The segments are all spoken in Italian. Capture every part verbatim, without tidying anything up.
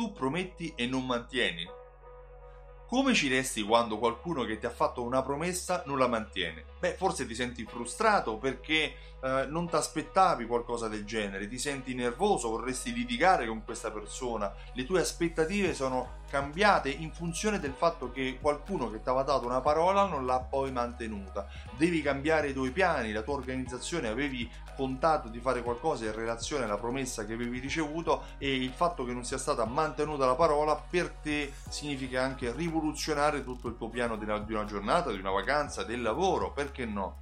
tu prometti e non mantieni? Come ci resti quando qualcuno che ti ha fatto una promessa non la mantiene? Beh, forse ti senti frustrato perché eh, non ti aspettavi qualcosa del genere, ti senti nervoso, vorresti litigare con questa persona, le tue aspettative sono cambiate in funzione del fatto che qualcuno che ti aveva dato una parola non l'ha poi mantenuta. Devi cambiare i tuoi piani, la tua organizzazione, avevi contato di fare qualcosa in relazione alla promessa che avevi ricevuto e il fatto che non sia stata mantenuta la parola per te significa anche rivoluzionare tutto il tuo piano di una giornata, di una vacanza, del lavoro, perché no?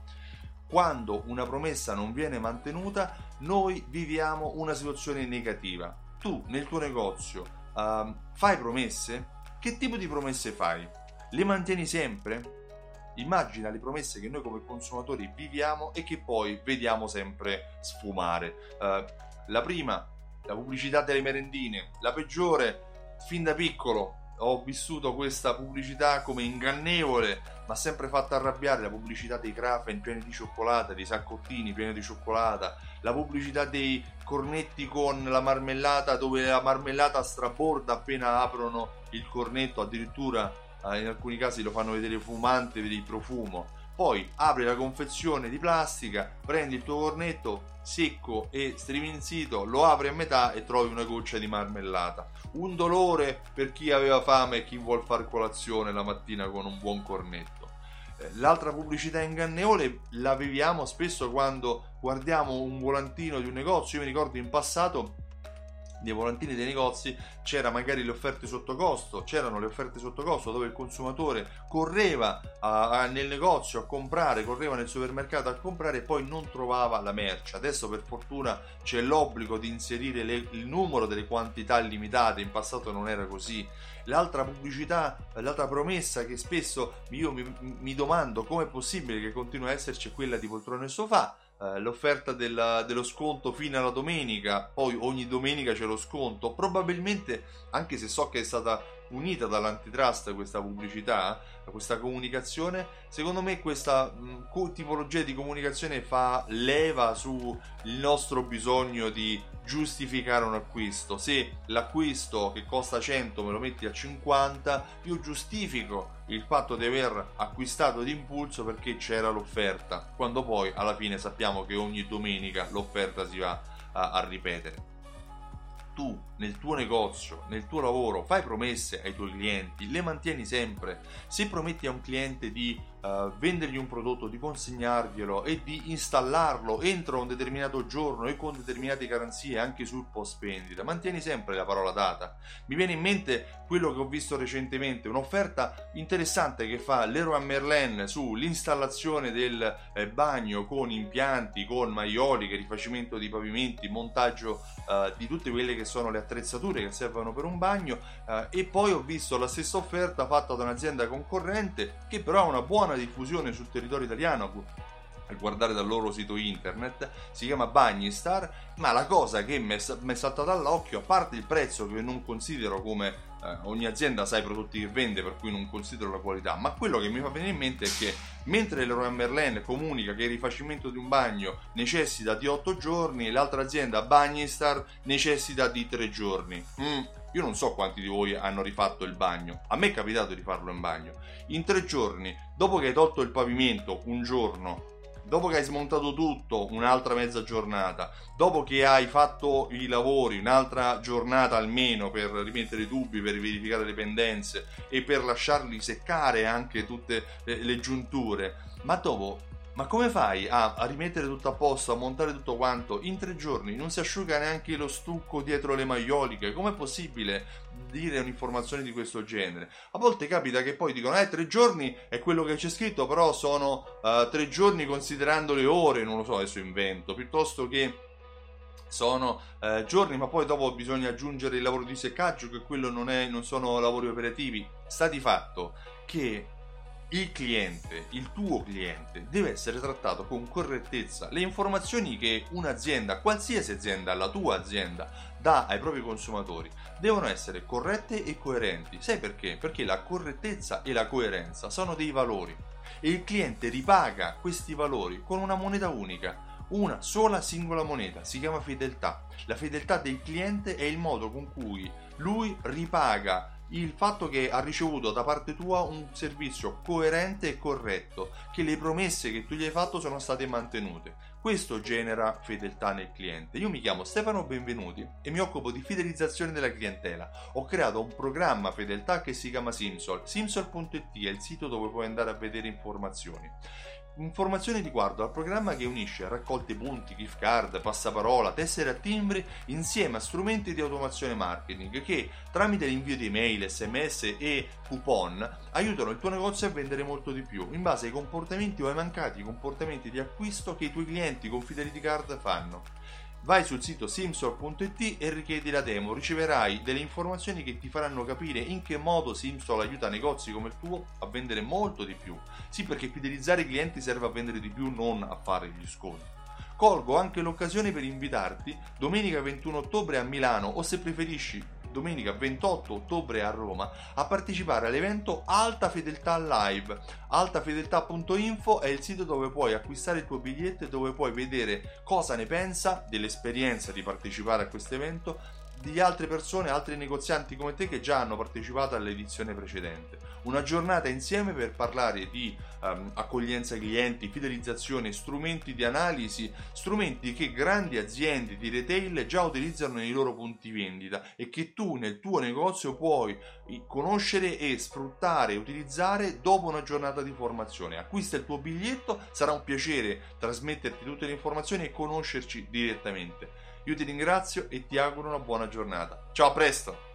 Quando una promessa non viene mantenuta, noi viviamo una situazione negativa. Tu nel tuo negozio uh, fai promesse? Che tipo di promesse fai? Le mantieni sempre? Immagina le promesse che noi come consumatori viviamo e che poi vediamo sempre sfumare. Uh, la prima, la pubblicità delle merendine, la peggiore, fin da piccolo ho vissuto questa pubblicità come ingannevole, ma sempre fatta arrabbiare, la pubblicità dei Krafen pieni di cioccolata, dei saccottini pieni di cioccolata, la pubblicità dei cornetti con la marmellata dove la marmellata straborda appena aprono il cornetto, addirittura in alcuni casi lo fanno vedere fumante di profumo. Poi apri la confezione di plastica, prendi il tuo cornetto secco e striminzito, lo apri a metà e trovi una goccia di marmellata. Un dolore per chi aveva fame e chi vuol far colazione la mattina con un buon cornetto. L'altra pubblicità ingannevole la viviamo spesso quando guardiamo un volantino di un negozio. Io mi ricordo in passato nei volantini dei negozi c'era magari le offerte sotto costo, c'erano le offerte sotto costo dove il consumatore correva a, a, nel negozio a comprare, correva nel supermercato a comprare e poi non trovava la merce. Adesso per fortuna c'è l'obbligo di inserire le, il numero delle quantità limitate, in passato non era così. L'altra pubblicità, l'altra promessa che spesso io mi, mi domando come è possibile che continui a esserci è quella di poltrone e sofà. Uh, l'offerta della, dello sconto fino alla domenica, poi ogni domenica c'è lo sconto. Probabilmente, anche se so che è stata unita dall'antitrust questa pubblicità, questa comunicazione, secondo me questa mh, tipologia di comunicazione fa leva sul nostro bisogno di giustificare un acquisto. Se l'acquisto che costa cento me lo metti a cinquanta, io giustifico il fatto di aver acquistato d'impulso perché c'era l'offerta, quando poi alla fine sappiamo che ogni domenica l'offerta si va a, a ripetere. Tu nel tuo negozio, nel tuo lavoro, fai promesse ai tuoi clienti, le mantieni sempre. Se prometti a un cliente di uh, vendergli un prodotto, di consegnarglielo e di installarlo entro un determinato giorno e con determinate garanzie anche sul post vendita, mantieni sempre la parola data. Mi viene in mente quello che ho visto recentemente, un'offerta interessante che fa Leroy Merlin sull'installazione del eh, bagno con impianti, con maioliche, rifacimento di pavimenti, montaggio uh, di tutte quelle che sono le attrezzature che servono per un bagno, uh, e poi ho visto la stessa offerta fatta da un'azienda concorrente che però ha una buona diffusione sul territorio italiano. A guardare dal loro sito internet, si chiama Bagnistar, ma la cosa che mi è saltata all'occhio, a parte il prezzo che non considero, come eh, ogni azienda sa i prodotti che vende, per cui non considero la qualità, ma quello che mi fa venire in mente è che mentre Leroy Merlin comunica che il rifacimento di un bagno necessita di otto giorni, l'altra azienda Bagnistar necessita di tre giorni. Mm. Io non so quanti di voi hanno rifatto il bagno, a me è capitato di farlo in bagno. In tre giorni, dopo che hai tolto il pavimento un giorno, dopo che hai smontato tutto un'altra mezza giornata, dopo che hai fatto i lavori un'altra giornata almeno per rimettere i tubi, per verificare le pendenze e per lasciarli seccare anche tutte le giunture, ma dopo... Ma come fai a, a rimettere tutto a posto, a montare tutto quanto? In tre giorni non si asciuga neanche lo stucco dietro le maioliche. Com'è possibile dire un'informazione di questo genere? A volte capita che poi dicono, eh, tre giorni è quello che c'è scritto, però sono uh, tre giorni considerando le ore, non lo so, adesso invento, piuttosto che sono uh, giorni, ma poi dopo bisogna aggiungere il lavoro di seccaggio, che quello non, è, non sono lavori operativi. Sta di fatto che il cliente, il tuo cliente, deve essere trattato con correttezza. Le informazioni che un'azienda, qualsiasi azienda, la tua azienda, dà ai propri consumatori devono essere corrette e coerenti. Sai perché? Perché la correttezza e la coerenza sono dei valori e il cliente ripaga questi valori con una moneta unica. Una sola singola moneta, si chiama fedeltà. La fedeltà del cliente è il modo con cui lui ripaga il fatto che ha ricevuto da parte tua un servizio coerente e corretto, che le promesse che tu gli hai fatto sono state mantenute. Questo genera fedeltà nel cliente. Io mi chiamo Stefano Benvenuti e mi occupo di fidelizzazione della clientela. Ho creato un programma fedeltà che si chiama Simsol. Simsol punto it è il sito dove puoi andare a vedere informazioni. Informazioni riguardo al programma che unisce raccolte punti, gift card, passaparola, tessere a timbri insieme a strumenti di automazione marketing che tramite l'invio di email, sms e coupon aiutano il tuo negozio a vendere molto di più in base ai comportamenti o ai mancati comportamenti di acquisto che i tuoi clienti con Fidelity Card fanno. Vai sul sito simsol punto it e richiedi la demo, riceverai delle informazioni che ti faranno capire in che modo Simsol aiuta negozi come il tuo a vendere molto di più. Sì, perché fidelizzare i clienti serve a vendere di più, non a fare gli sconti. Colgo anche l'occasione per invitarti domenica ventuno ottobre a Milano o, se preferisci, domenica ventotto ottobre a Roma a partecipare all'evento Alta Fedeltà Live. altafedeltà punto info è il sito dove puoi acquistare il tuo biglietto e dove puoi vedere cosa ne pensa dell'esperienza di partecipare a questo evento di altre persone, altri negozianti come te che già hanno partecipato all'edizione precedente. Una giornata insieme per parlare di um, accoglienza clienti, fidelizzazione, strumenti di analisi, strumenti che grandi aziende di retail già utilizzano nei loro punti vendita e che tu nel tuo negozio puoi conoscere e sfruttare e utilizzare dopo una giornata di formazione. Acquista il tuo biglietto, sarà un piacere trasmetterti tutte le informazioni e conoscerci direttamente. Io ti ringrazio e ti auguro una buona giornata. Ciao, a presto!